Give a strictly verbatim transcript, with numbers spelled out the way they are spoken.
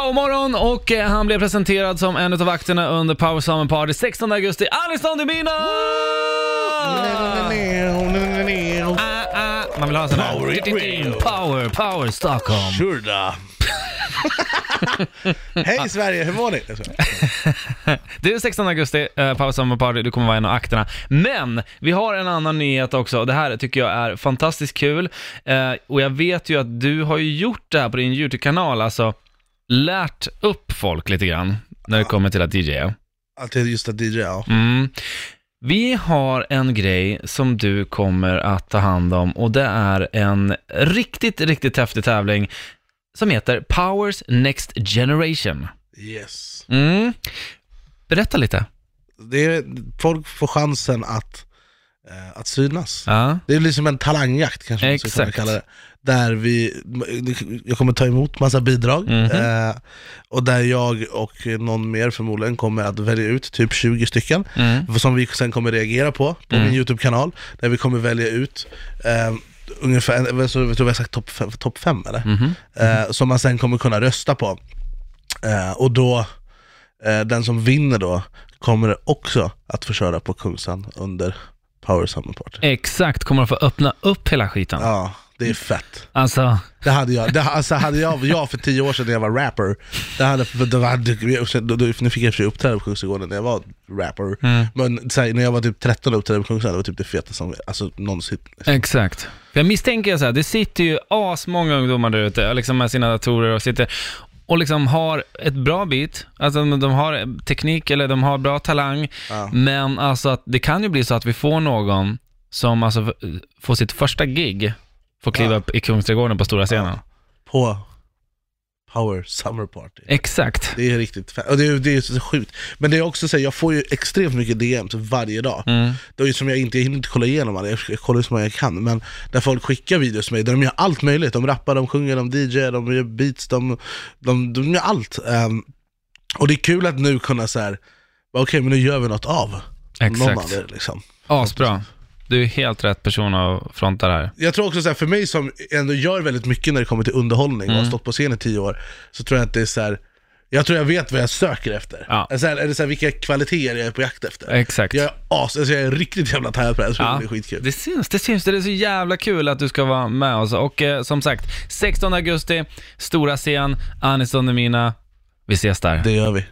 Powermorgon och eh, han blev presenterad som en av vakterna under Power Summer Party sextonde augusti. Anis Don Demina! Ah, ah. Man vill ha sån här Power, power, power, Stockholm. Sure da. Hej Sverige, hur mår ni? Det är sextonde augusti, eh, Power Summer Party, du kommer vara en av akterna. Men vi har en annan nyhet också. Det här tycker jag är fantastiskt kul. eh, Och jag vet ju att du har ju gjort det här på din YouTube-kanal. Alltså lärt upp folk lite grann när det kommer till att D J. Alltid just att D J, ja. Mm. Vi har en grej som du kommer att ta hand om, och det är en riktigt, riktigt häftig tävling som heter Powers Next Generation. Yes. Mm. Berätta lite. Det är, folk får chansen att eh, att synas. Ja. Det är liksom en talangjakt kanske man skulle kunna kalla det. Där vi, jag kommer ta emot massa bidrag, mm-hmm. eh, och där jag och någon mer förmodligen kommer att välja ut typ tjugo stycken, mm. som vi sen kommer reagera på på mm. min YouTube-kanal, där vi kommer välja ut eh, ungefär, jag tror jag har sagt topp fem, top fem eller? Mm-hmm. Eh, som man sen kommer kunna rösta på. Eh, och då eh, den som vinner då kommer också att få köra på Kungsan under Power Summer Party. Exakt, kommer att få öppna upp hela skiten. Ja, det är fett. Alltså, det hade jag. Det, alltså hade jag, jag för tio år sedan när jag var rapper, det hade, det hade, då, då, nu fick jag för uppträda på Kungsgården när jag var rapper. Mm. Men så här, när jag var typ tretton och uppträdde på Kungsgården, det var typ det feta som alltså någonsin. Exakt. För jag misstänker så här, det sitter ju as många ungdomar där ute liksom med sina datorer och sitter och liksom har ett bra bit, alltså de har teknik eller de har bra talang, ja. Men alltså att det kan ju bli så att vi får någon som alltså får sitt första gig, får kliva ja. upp i Kungsträdgården på stora scenen. Ja. På Power Summer Party. Exakt. Det är riktigt fett. Och det är, det är så sjukt. Men det är också så här, jag får ju extremt mycket D M's varje dag. Mm. Det är ju som jag inte, jag hinner inte kolla igenom alla. Jag kollar så många jag kan. Men där folk skickar videos med mig, där de gör allt möjligt. De rappar, de sjunger, de D J, de gör beats, de, de, de gör allt. Um, och det är kul att nu kunna så här, okej, okay, men nu gör vi något av. Exakt. Någon av det, liksom. Asbra. Du är helt rätt person att fronta det här. Jag tror också så här, för mig som ändå gör väldigt mycket när det kommer till underhållning mm. och har stått på scen i tio år, så tror jag att det är så här, jag tror jag vet vad jag söker efter. Ja. Alltså, är det så här, vilka kvaliteter jag är på jakt efter. Exakt. Jag är, as, alltså, jag är riktigt jävla taggad på det här, så ja. Det är skitkul. Det syns, det syns, det är så jävla kul att du ska vara med oss. Och eh, som sagt, sextonde augusti, stora scen, Anis Don Demina. Vi ses där. Det gör vi.